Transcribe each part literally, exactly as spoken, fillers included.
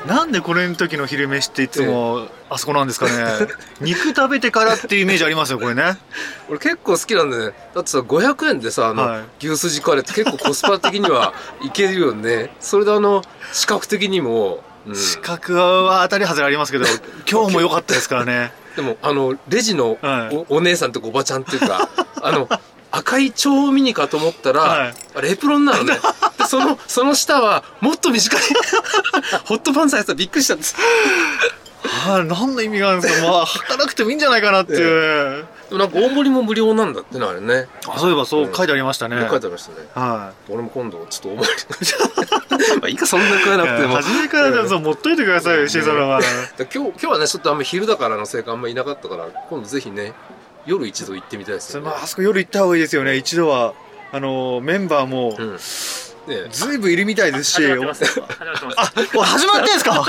なんでこれの時の昼飯っていつもあそこなんですかね。肉食べてからっていうイメージありますよこれね。 俺結構好きなんだね。だってさごひゃくえんでさあの、はい、牛すじカレーって結構コスパ的にはいけるよね。それであの視覚的にも、 うん、視覚は当たり外れありますけど今日も良かったですからね。 でもあのレジの お,、はい、お姉さんとかおばちゃんっていうかあの赤い蝶ミニかと思ったら、はい、あれエプロンなのね。でそのその下はもっと短いホットパンツやつはびっくりしたんです。 はあ、何の意味があるんですか。まあ履かなくてもいいんじゃないかなっていう、 えー、でもなんか大盛りも無料なんだってねあれね。 あそういえばそう書いてありましたね、 うん、書いてありましたね。 はい。 俺も今度ちょっと大盛りまあいいかそんな食わなくても初めからそう持っといてくださいよ石井さんは。 今日今日はねちょっとあんま昼だからのせいかあんまいなかったから今度ぜひね夜一度行ってみたいですよね。 まあ、あそこ夜行った方がいいですよね。一度はあのメンバーも、うんね、ずいぶんいるみたいですし。始まってます。あ、始まってんすか。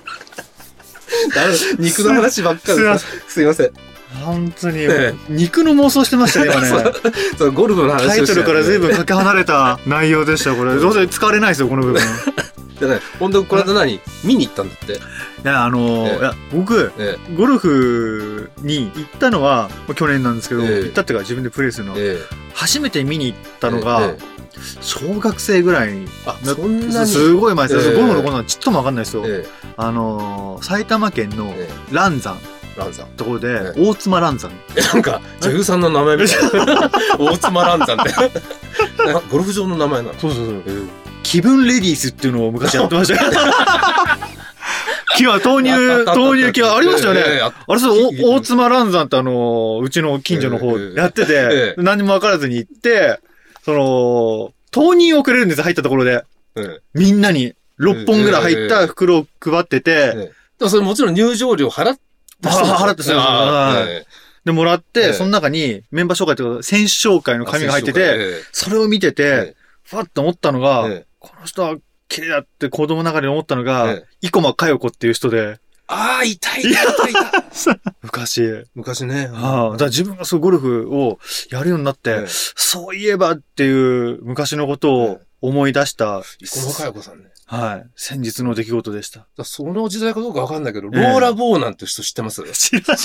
肉の話ばっかりです。すいません。 本当に、ね、肉の妄想してましたね今ね。 そうそうゴルフの話をして、ね、 タイトルからずいぶんかけ離れた内容でしたこれ。どうせ使われないですよこの部分。 だから本当これで何見に行ったんだって。いやあのーええ、いや僕、ええ、ゴルフに行ったのは去年なんですけど、ええ、行ったっていうか自分でプレーするの、ええ、初めて見に行ったのが、ええ、小学生ぐらいに。 あそんなにすごい前です、ええ、ゴルフのことはちっとも分かんないですよ、ええ、あのー、埼玉県の嵐山、ええランザンところで、ええ、大妻蘭山。 なんか女優さんの名前みたいな。大妻蘭山ってゴルフ場の名前なの。 そうそうそう、えー、気分レディースっていうのを昔やってましたよ。木は豆乳豆乳木はありましたよね。えー、あれそう大妻蘭山ってあのうちの近所の方やってて、えー、何も分からずに行ってその豆乳をくれるんです入ったところで、えー、みんなにろっぽんぐらい入った袋を配ってて、えーえー、 でもそれもちろん入場料払って払ってたよ。で、もらって、ええ、その中にメンバー紹介というか、選手紹介の紙が入ってて、ええ、それを見てて、ええ、ふわっと思ったのが、ええ、この人は綺麗だって子供の中で思ったのが、ええ、生駒佳代子っていう人で。 ああ、いたいたいたいた。 昔。 昔ね。 はあ、だから自分がそうゴルフをやるようになって、ええ、そういえばっていう昔のことを思い出した。 生駒佳代子さんね。 はい。先日の出来事でした。 その時代かどうかわかんないけど、えー、ローラ・ボーなんて人知ってます？ 知らない。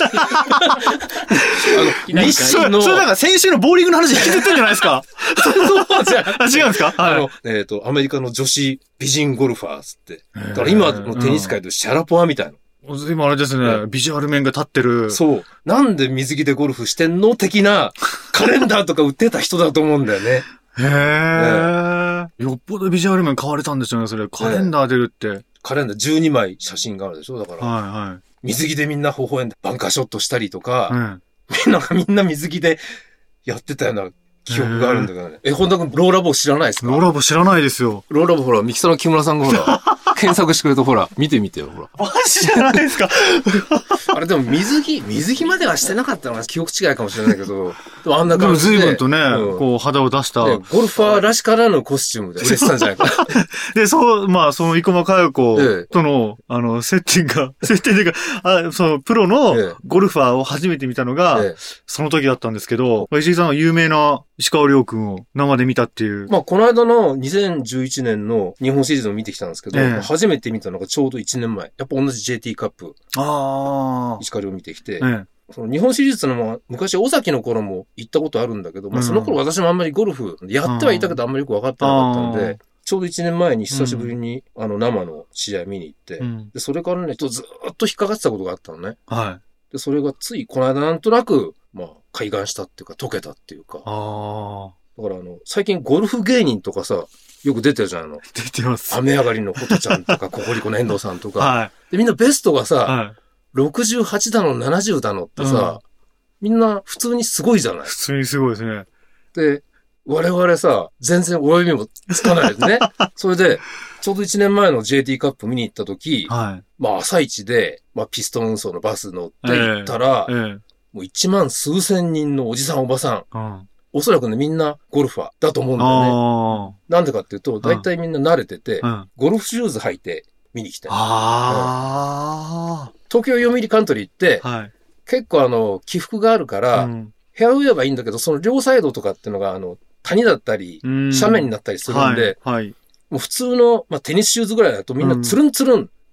あの、日清の。それなんか先週のボーリングの話引きずってんじゃないですか。そうじゃあ、違うんですか？ はい。あの、えっと、アメリカの女子美人ゴルファーズって。だから今のテニス界でシャラポワみたいな。 うん、今あれですね、ビジュアル面が立ってる。 そう。なんで水着でゴルフしてんの的なカレンダーとか売ってた人だと思うんだよね。 へー、ね。よっぽどビジュアル面買われたんですよね、それ。カレンダー出るって。 カレンダーじゅうにまい写真があるでしょだから。はいはい。水着でみんな微笑んでバンカーショットしたりとか、うん、みんながみんな水着でやってたような記憶があるんだけどね。え、本田君、ローラボ知らないですか？ ローラボ知らないですよ。 ローラボほら、ミキサーの木村さんがほら、検索してくれるとほら、見てみてよ、ほら。 マジじゃないですか。 あれでも水着、水着まではしてなかったのが記憶違いかもしれないけど、でもあんな感じで。 でも随分とね、うん、こう肌を出した、 ね。ゴルファーらしからぬコスチュームで売れてたんじゃないかな。 で、そう、まあ、その生駒佳代子との、ええ、あの、接点が、接点というか、あその、プロのゴルファーを初めて見たのが、ええ、その時だったんですけど、石井さんは有名な石川遼君を生で見たっていう。 まあ、この間のにせんじゅういちねんの日本シリーズを見てきたんですけど、ええ、初めて見たのがちょうどいちねんまえ。やっぱ同じ ジェーティー カップ。ああ。石川遼を見てきて、ええ、その日本シリーズのも昔尾崎の頃も行ったことあるんだけど、まあ、その頃私もあんまりゴルフやってはいたけどあんまりよく分かってなかったので、ちょうどいちねんまえに久しぶりに、うん、あの生の試合見に行って、うん、でそれからね、ずっと引っかかってたことがあったのね。はい。で、それがついこの間なんとなく、まあ、開眼したっていうか、解けたっていうか。ああ。だからあの、最近ゴルフ芸人とかさ、よく出てるじゃん、あの。 出てます。 雨上がりのことちゃんとか、ココリコの遠藤さんとか。はい。で、みんなベストがさ、はい、ろくじゅうはちだの、ななじゅうだのってさ、うん、みんな普通にすごいじゃない？ 普通にすごいですね。 で、我々さ、全然親指もつかないですね。それで、ちょうどいちねんまえの ジェーティー カップ見に行った時、はい、まあ朝一で、まあピストン運送のバス乗って行ったら、えーえー、もういちまん数千人のおじさんおばさん、うん、おそらくねみんなゴルファーだと思うんだよね。なんでかっていうと、大体みんな慣れてて、うん、ゴルフシューズ履いて見に来て、あ、うん、東京読売カントリーって、はい、結構あの起伏があるから、うん、フェアウェアはいいんだけど、その両サイドとかっていうのがあの谷だったり、斜面になったりするんで、はいはい、もう普通の、まあ、テニスシューズぐらいだとみんなツルンツルン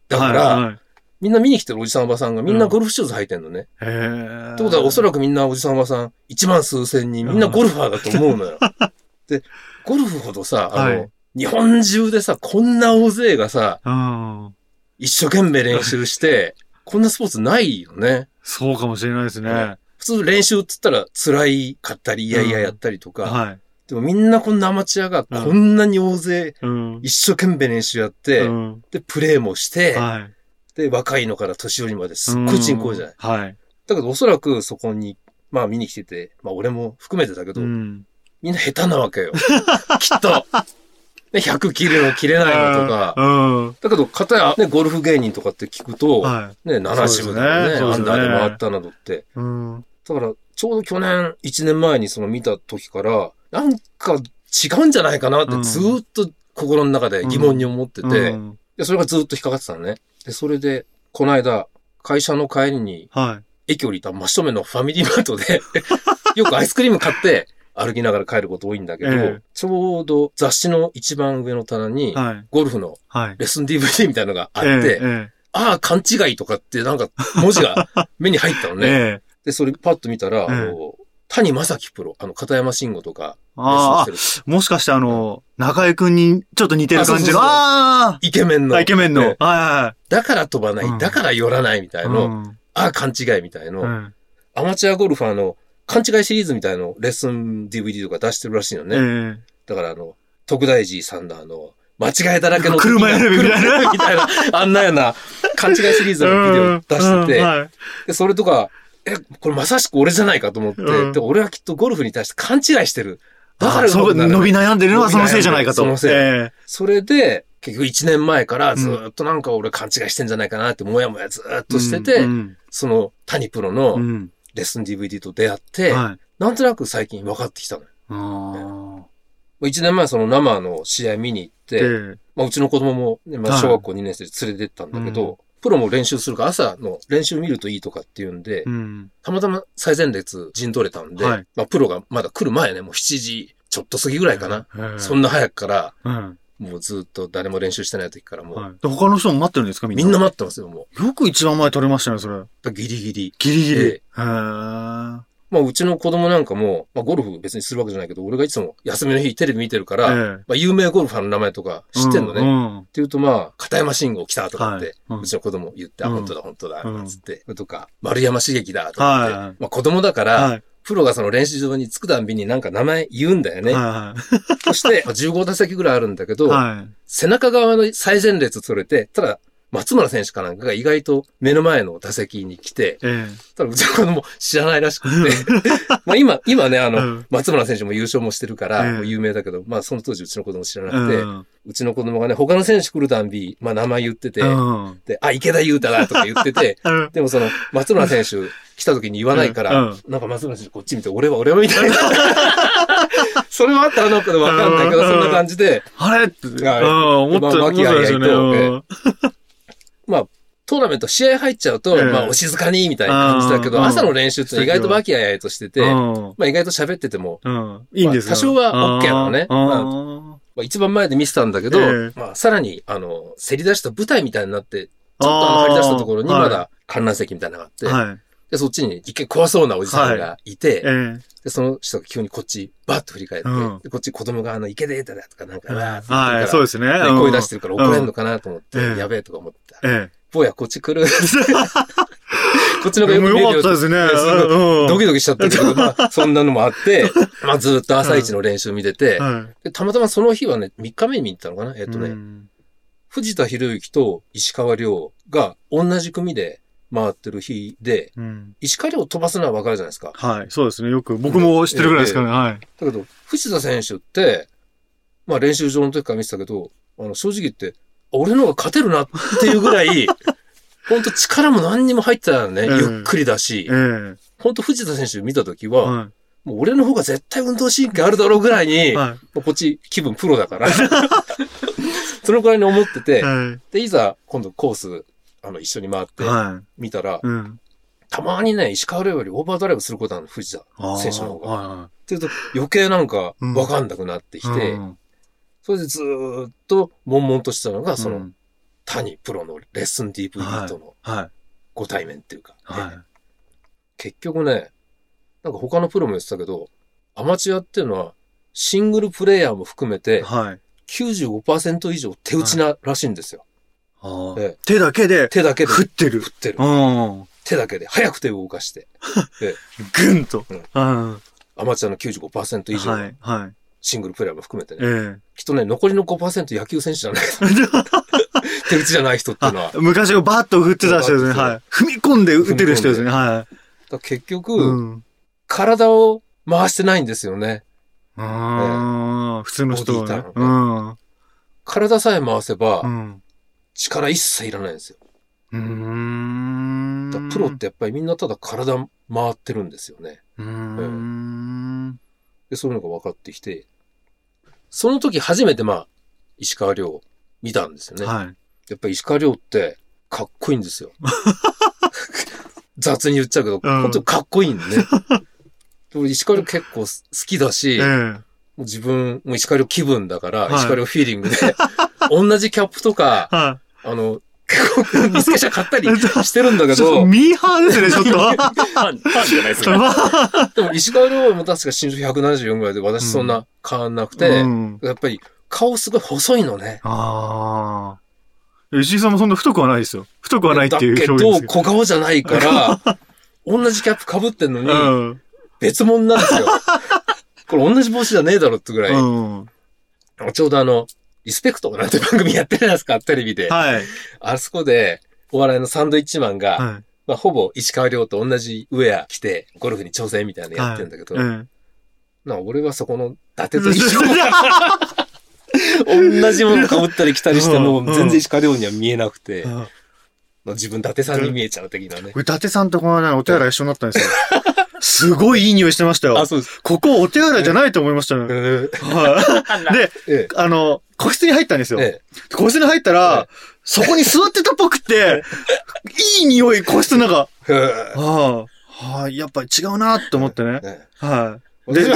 だから、はいはい、みんな見に来てるおじさんおばさんがみんなゴルフシューズ履いてんのね。うん、へー。ってことはおそらくみんなおじさんおばさん一万数千人みんなゴルファーだと思うのよ。で、ゴルフほどさ、あの、はい、日本中でさ、こんな大勢がさ、うん、一生懸命練習して、こんなスポーツないよね。 そうかもしれないですね。 普通練習って言ったら辛いかったり、いやいややったりとか、うんはい、でもみんなこんなアマチュアがこんなに大勢、一生懸命練習やって、うん、で、プレーもして、はいで、若いのから年寄りまですっごい人口じゃない。はい。だけどおそらくそこに、まあ見に来てて、まあ俺も含めてだけど、うん、みんな下手なわけよ。きっと。ひゃく切るの切れないのとか。うん、だけど、かたやね、ゴルフ芸人とかって聞くと、はい、ね、ななじゅうだよね。ねアンダーで回ったなどって。うん、だから、ちょうど去年、いちねんまえにその見た時から、なんか違うんじゃないかなってずーっと心の中で疑問に思ってて、うんうん、でそれがずーっと引っかかってたのね。で、それで、この間、会社の帰りに、はい、駅降りた真正面のファミリーマートで、よくアイスクリーム買って、歩きながら帰ること多いんだけど、ええ、ちょうど雑誌の一番上の棚に、はい、ゴルフのレッスン ディーブイディー みたいなのがあって、ええ、ああ、勘違いとかってなんか文字が目に入ったのね。え、で、それパッと見たら、あの、谷正樹プロ、あの、片山慎吾とか、 ああ、もしかしてあの、中江くんにちょっと似てる感じの、ああイケメンの。 イケメンの。はいはい。 だから飛ばない、うん、だから寄らないみたいの、うん、ああ、勘違いみたいの、うん、アマチュアゴルファーの勘違いシリーズみたいのレッスン ディーブイディー とか出してるらしいよね。えー、だからあの、徳大寺さんのあの、間違いだらけの車選びみたいな。 みたいな、あんなような勘違いシリーズのビデオ出してて、うんはい、で、それとか、え、これまさしく俺じゃないかと思って、うん、で、俺はきっとゴルフに対して勘違いしてる。だからそう、伸び悩んでるのはそのせいじゃないかと。 そのせい。えー、それで、結局一年前からずっとなんか俺勘違いしてんじゃないかなってもやもやずっとしてて、うんうん、その谷プロのレッスン ディーブイディー と出会って、うんはい、なんとなく最近分かってきたのよ。一年前その生の試合見に行って、えーまあ、うちの子供も、ねまあ、小学校にねん生で連れてったんだけど、はいうん、プロも練習するから朝の練習見るといいとかっていうんで、うん、たまたま最前列陣取れたんで、はいまあ、プロがまだ来る前ね、もうしちじちょっと過ぎぐらいかな。そんな早くから、うん、もうずっと誰も練習してない時からもう、はい、 他の人も待ってるんですかみんな。 みんな待ってますよ、もう。よく一番前取れましたね、それ。 ギリギリ。 ギリギリ。えー、へー。 まあ、うちの子供なんかも、まあ、ゴルフ別にするわけじゃないけど、俺がいつも休みの日テレビ見てるから、ええ、まあ、有名ゴルファーの名前とか知ってんのね。うんうん、って言うと、まあ、片山慎吾来たとかって、はい、うちの子供言って、うん、あ、本当だ、本当だ、なんつって、うん、とか、丸山茂樹だ、とかって、はい、まあ、子供だから、はい、プロがその練習場に着くたんびになんか名前言うんだよね。はい、そして、じゅうごだせきぐらいあるんだけど、はい、背中側の最前列取れて、ただ、松村選手かなんかが意外と目の前の打席に来て、ええ、ただうちの子供知らないらしくて、まあ今、今ね、あの、うん、松村選手も優勝もしてるから、ええ、もう有名だけど、まあその当時うちの子供知らなくて、うん、うちの子供がね、他の選手来るたんび、まあ名前言ってて、うん、で、あ、池田優太だとか言ってて、うん、でもその、松村選手来た時に言わないから、うん、なんか松村選手こっち見て、俺は俺はみたいな。それはあったらなんかでわかんないけど、そんな感じで、 あれって、思ったら、 気合いと、まあ、トーナメント試合入っちゃうと、えー、まあ、お静かにみたいな感じだけど、朝の練習って意外とバキあいあいとしてて、まあ意外と喋ってても、うん、いいんですよ。多少は OK なのね。まあ、まあ、一番前で見せたんだけど、えー、まあさらに、あの、せり出した舞台みたいになって、ちょっとあの張り出したところにまだ観覧席みたいなのがあって、はい、で、そっちに一見怖そうなおじさんがいて、はいえー、で、その人が急にこっち、バッと振り返って、うん、でこっち子供があの、池でーただとかなんかな、 うん、はい、そうですね。 声出してるから怒れんのかなと思って、うん、やべえとか思ってた。えー坊や、こっち来る。こっちの方がよく見えるよ。 よかったですね。 ドキドキしちゃったけど、まあ、そんなのもあって、まあ、ずっと朝一の練習見てて、でたまたまその日はね、みっかめに見に行ったのかなえっとね、藤田博之と石川遼が同じ組で回ってる日で、うん、石川遼飛ばすのは分かるじゃないですか。 はい、そうですね。よく、僕も知ってるぐらいですからね。はい。 だけど、藤田選手って、まあ練習場の時から見てたけど、あの、正直言って、俺の方が勝てるなっていうぐらい、ほんと力も何にも入ってたよね。えー、ゆっくりだし。えー、ほんと藤田選手見たときは、はい、もう俺の方が絶対運動神経あるだろうぐらいに、はい、こっち気分プロだから。そのくらいに思ってて、はい、で、いざ今度コース、あの、一緒に回って見たら、はいうん、たまにね、石川遼よりオーバードライブすることなの、藤田選手の方が。はい、っていうと余計なんかわかんなくなってきて、うんうんそれでずーっと悶々としたのが、その、うん、 谷プロのレッスン ディーブイディー とのご対面っていうか、はいはい、結局ね、なんか他のプロも言ってたけど、アマチュアっていうのはシングルプレイヤーも含めて きゅうじゅうごパーセント 以上手打ちならしいんですよ。 はい、手だけで、 手だけで振ってる。 振ってる。手だけで、早く手を動かして。 ぐんと、 うん。アマチュアの きゅうじゅうごパーセント 以上、はいはい、シングルプレイヤーも含めてね、えー。きっとね、残りの ごパーセント 野球選手じゃない手打ちじゃない人っていうのは。 昔はバットを振ってた人ですね。はい。踏み込んで打てる人ですね。はい。 だ結局、うん、体を回してないんですよね。 ああ、普通の人は、ねうん。 体さえ回せば、うん、力一切いらないんですよ。 うーんだプロってやっぱりみんなただ体回ってるんですよね。 うーんでそういうのが分かってきて、その時初めてまあ、石川遼を見たんですよね。はい、やっぱり石川遼ってかっこいいんですよ。雑に言っちゃうけど、うん、本当にかっこいいんでね。石川遼結構好きだし、えー、もう自分、もう石川遼気分だから、はい、石川遼フィーリングで、同じキャップとか、はい、あの、結構見つけ車買ったりしてるんだけど。 ミーハーですね、ちょっと。ファン、ファンじゃないですか。 でも石川遼も確か身長ひゃくななじゅうよんぐらいで、私そんな変わんなくて、うん、やっぱり顔すごい細いのね。 ああ。石井さんもそんな太くはないですよ。太くはないっていう表現ですけど。だけど、小顔じゃないから、同じキャップ被ってんのに、うん別物なんですよ。これ同じ帽子じゃねえだろってぐらい。うん、ちょうどあの、リスペクトなんて番組やってるじゃないですか、テレビで。はい。あそこで、お笑いのサンドイッチマンが、はい、まあ、ほぼ石川遼と同じウェア着て、ゴルフに挑戦みたいなのやってるんだけど、はいうん、な俺はそこの伊達と一緒同じもの被ったり着たりしても、全然石川遼には見えなくて、うん自分伊達さんに見えちゃう的なね。 伊達さんとこの間お手洗い一緒になったんですよ。すごいいい匂いしてましたよ。 あ、そうです。 ここお手洗いじゃないと思いましたね。はい。で、ええ、あの、個室に入ったんですよ。ええ、個室に入ったら、ええ、そこに座ってたっぽくて、いい匂い、個室の中。はあ、はあ、やっぱり違うなって思ってね。はい。で、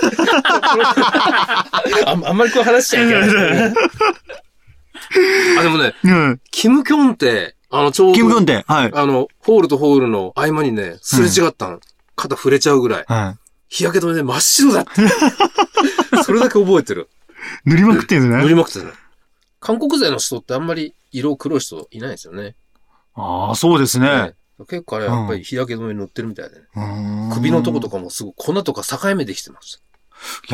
あ、あんまりこう話しちゃいけない。あ、でもね、うん、キムキョンって、あの、ちょうど、 キムキョンって、はい。 あの、ホールとホールの合間にね、すれ違ったの。うん、肩触れちゃうぐらい。はい。日焼け止めで真っ白だって。それだけ覚えてる。 塗りまくってんですね。 塗りまくってる。韓国勢の人ってあんまり色黒い人いないですよね。 ああ、そうですね。ね結構あれやっぱり日焼け止め塗ってるみたいでね。うん、首のとことかもすぐ粉とか境目できてました。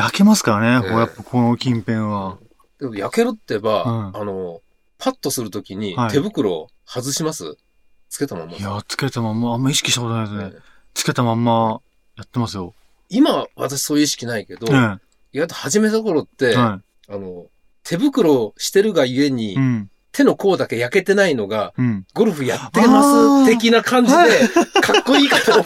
焼けますからね、えー、こうやっぱこの近辺は。 でも焼けるってば、うん、あの、パッとするときに手袋外します、はい、つけたまんま。 いや、つけたまんま、あんま意識したことないですね。ねつけたまんまやってますよ。 今、私そういう意識ないけど、うん、意外と始めた頃って、はい、あの、手袋してるがゆえに、うん、手の甲だけ焼けてないのが、うん、ゴルフやってます的な感じで、かっこいいかなって。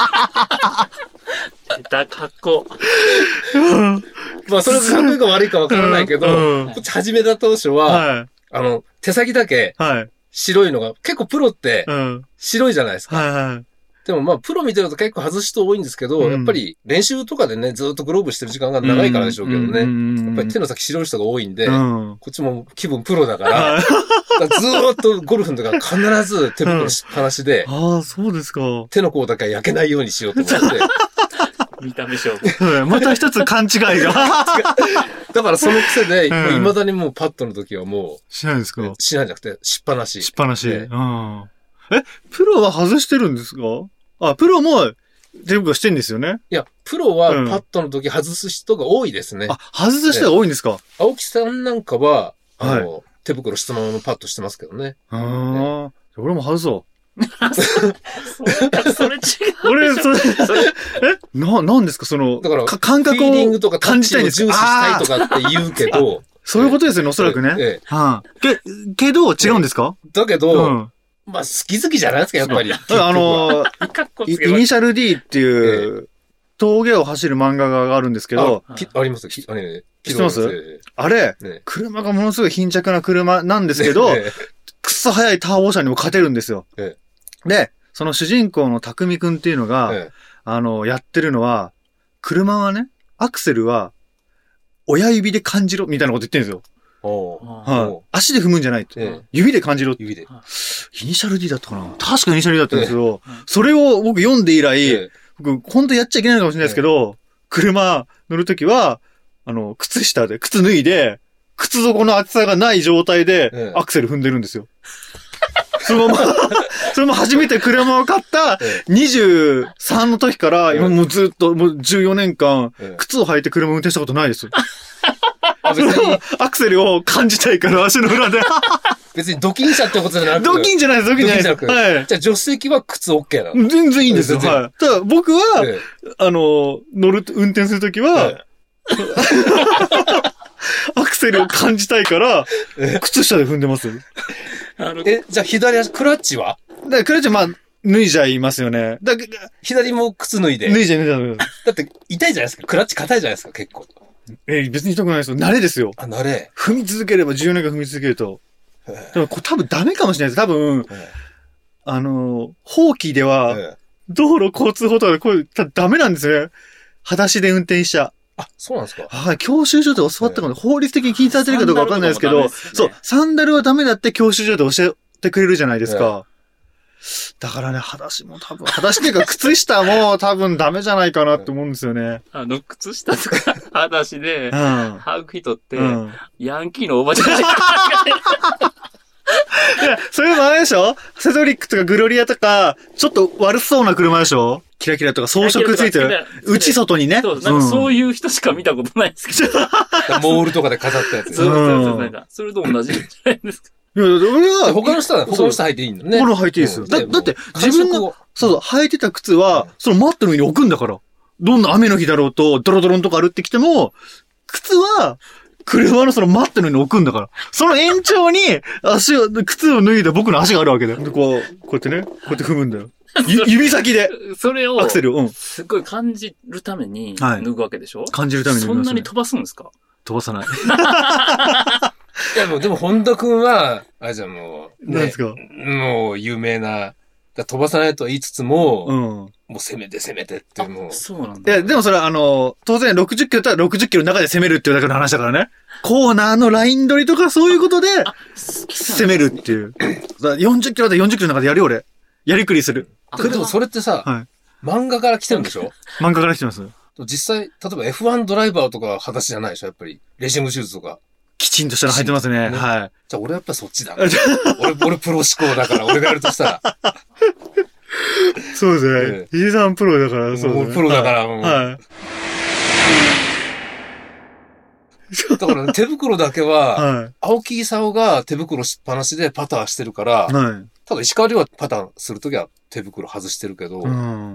出た、かっこ。 まあ、それがかっこいいか悪いかわからないけど、うん、こっち始めた当初は、はい、あの、手先だけ、白いのが、結構プロって、白いじゃないですか。はいはいでもまあ、プロ見てると結構外す人多いんですけど、うん、やっぱり練習とかでね、ずっとグローブしてる時間が長いからでしょうけどね。うん、やっぱり手の先白い人が多いんで、うん、こっちも気分プロだから、からずーっとゴルフの時は必ず手袋しっぱなしで、 うん、ああ、そうですか。 手の甲だけは焼けないようにしようと思って。 見た目勝負。 また一つ勘違いが。 だからその癖で、うん、未だにもうパットの時はもう、 しないですかしないんじゃなくて、しっぱなし。 しっぱなし。ね、うんえ、プロは外してるんですかあ、プロも手袋してんですよね。 いや、プロはパットの時外す人が多いですね。 うん、あ、外す人が多いんですか、ね、 青木さんなんかは、あの、はい、手袋したままのパットしてますけどね。 ああ、ね、俺も外そう。 そ, それ違う。 俺、それ、それえな、なんですかその、だから、感覚をフィーリングとか感じたいんです重視したいとかって言うけど。 そういうことですよね、おそらくね。ええはあ、け、けど、違うんですか、 ええ、だけど、うんまあ、好き好きじゃないですか、やっぱり。 あのー、イニシャル D っていう、峠を走る漫画があるんですけど。 あ, ありますきあれ、 知ってます、えー、あれ、ね、車がものすごい貧弱な車なんですけど、ね、くっそ速いターボ車にも勝てるんですよ。ね、で、その主人公の匠くんっていうのが、ね、あの、やってるのは、車はね、アクセルは、親指で感じろ、みたいなこと言ってるんですよ。 はい。足で踏むんじゃないって。ええ、指で感じろって。指で。イニシャル D だったかな、確かイニシャル D だったんですけど、ええ、それを僕読んで以来、ええ、僕本当やっちゃいけないかもしれないですけど、ええ、車乗るときは、あの、靴下で、靴脱いで、靴底の厚さがない状態で、アクセル踏んでるんですよ。ええ、そのまま、それも初めて車を買ったにじゅうさんの時から、今もうずっともうじゅうよねんかん、靴を履いて車を運転したことないです。別にアクセルを感じたいから足の裏で。 別にドキン車ってことじゃなくて。 ドキンじゃないです、ドキンじゃないです。 はい。じゃあ助手席は靴 OK なの？ 全然いいんですよ。はい。ただ僕は、ええ、あの、乗る、運転するときは、ええ、アクセルを感じたいから、靴下で踏んでますよ。 え、じゃあ左足、クラッチは？ だからクラッチはまあ、脱いじゃいますよね。だ左も靴脱いで。 脱いじゃい脱いじゃい。 だって痛いじゃないですか。クラッチ硬いじゃないですか、結構。 えー、別に痛くないですよ。慣れですよ。 あ、慣れ。 踏み続ければじゅうねんかん踏み続けると。でもこれ多分ダメかもしれないです。多分、あの、法規では、道路交通法とかでこれダメなんですよね。裸足で運転しちゃ。 あ、そうなんですか。 はい。教習所で教わったかも、法律的に禁止されてるかどうかわかんないですけど、そう、サンダルはダメだって教習所で教えてくれるじゃないですか。だからね、裸足も多分、裸足っていうか靴下も多分ダメじゃないかなって思うんですよね。 あの、靴下とか裸足で、履く人って、うん、ヤンキーのおばちゃんじゃないかいや、それもあれでしょ？セドリックとかグロリアとか、ちょっと悪そうな車でしょ？キラキラとか装飾ついてる。内外にね。 そう、なんかそういう人しか見たことないですけど。 モールとかで飾ったやつ。 そうそうそう。なんか、それと同じじゃないですか。 いや、俺は、 他の人は、他の人履いていいんだね。 他の履いていいですよ。だ、だって、自分が、そうそう、履いてた靴は、そのマットの上に置くんだから。どんな雨の日だろうと、ドロドロのとこ歩ってきても、靴は、車のそのマットの上に置くんだから。その延長に、足を、靴を脱いだ僕の足があるわけだよ。で、こう、こうやってね、こうやって踏むんだよ。指先で。 それを、 アクセルを、うん。 すごい感じるために、脱ぐわけでしょ？はい、 感じるために脱ぐ。そんなに飛ばすんですか？ 飛ばさない。 いや、もう、でも、本田くんは、あれじゃもう、 ね、何ですか？ もう、有名な、飛ばさないとは言いつつも、 うん。 もう攻めて攻めてってもう。 そうなんだ。 いや、でもそれはあの、当然ろくじゅっキロだったらろくじゅっキロの中で攻めるっていうだけの話だからね。コーナーのライン取りとかそういうことで、攻めるっていう。よんじゅっキロでよんじゅっキロの中でやるよ、俺。やりくりする。 でもそれってさ、はい、漫画から来てるんでしょ？ 漫画から来てます。 実際、例えば エフワン ドライバーとか裸足じゃないでしょ、やっぱり。レーシングシューズとか。 きちんとしたの入ってますね。ね、はい。 じゃあ俺やっぱそっちだ。俺、俺プロ志向だから、俺がやるとしたら。 そうですね。ヒデさんプロだから、そう、ね。 俺プロだから、もう。 はい。 だから手袋だけは、はい、青木功が手袋しっぱなしでパターしてるから、はい、ただ石川遼はパターするときは手袋外してるけど、うん、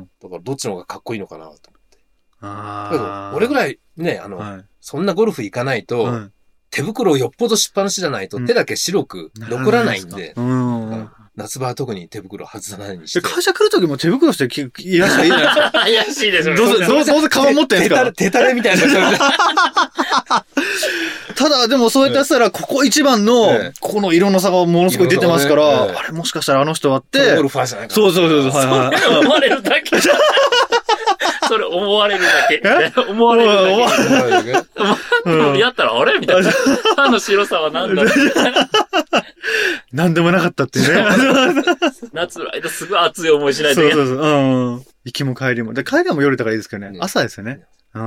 だからどっちの方がかっこいいのかなと思って。あだけど俺ぐらいね、あの、はい、そんなゴルフ行かないと、はい、手袋をよっぽどしっぱなしじゃないと手だけ白く残らないんで、うんうん夏場は特に手袋外さないにして。会社来るときも手袋していらっしゃいいじゃないですか。 怪しいですよね。 どうせ、どうせ、どうせカバン持ってんすか？ 手たれみたいな。 ただ、でもそうやってやったら、ここ一番の、ここの色の差がものすごい出てますから、あれもしかしたらあの人はって。 ゴルファーじゃないか。 そうそうそう。はいはい。それ思われるだけ。それ思われるだけ。思われるだけ。やったらあれみたいな。歯の白さは何だろう何でもなかったってね。 夏の間すごい熱い思いしないといけない。 そうそうそう。うん。行きも帰りも。で、帰りも夜だからいいですけどね。ね朝ですよね。うん。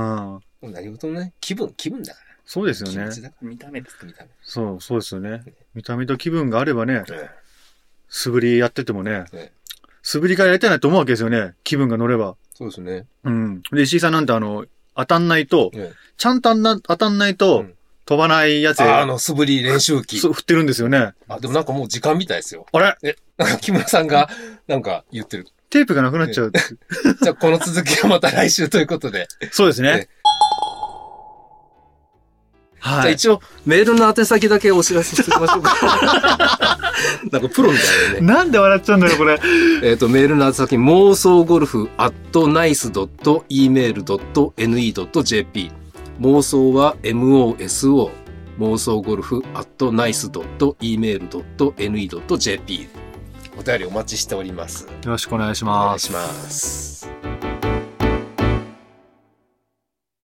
何事もね、気分、気分だから。 そうですよね。 見た目です、見た目。 そう、そうですよね。見た目と気分があればね、素振りやっててもね、素振りからやりたいなと思うわけですよね。気分が乗れば。 そうですね。 うん。で、石井さんなんてあの、当たんないと、ちゃんと当たんないと、飛ばないやつあ、あの、素振り練習機。 そう、振ってるんですよね。 あ、でもなんかもう時間みたいですよ。 あれえ、なんか木村さんが、なんか言ってる。 テープがなくなっちゃう。 じゃあこの続きはまた来週ということで。 そうですね。 はい。じゃあ一応、メールの宛先だけお知らせしておきましょうか。なんかプロみたいだね。 なんで笑っちゃうんだよ、これ。 えっと、メールの宛先、妄想ゴルフアットナイスドットイーメールドットエヌイードットジェーピー。妄想は エムオーエスオー。妄想ゴルフアットナイスドットイーメールドットエヌイードットジェーピー。お便りお待ちしております。 よろしくお願いします。 お願いします。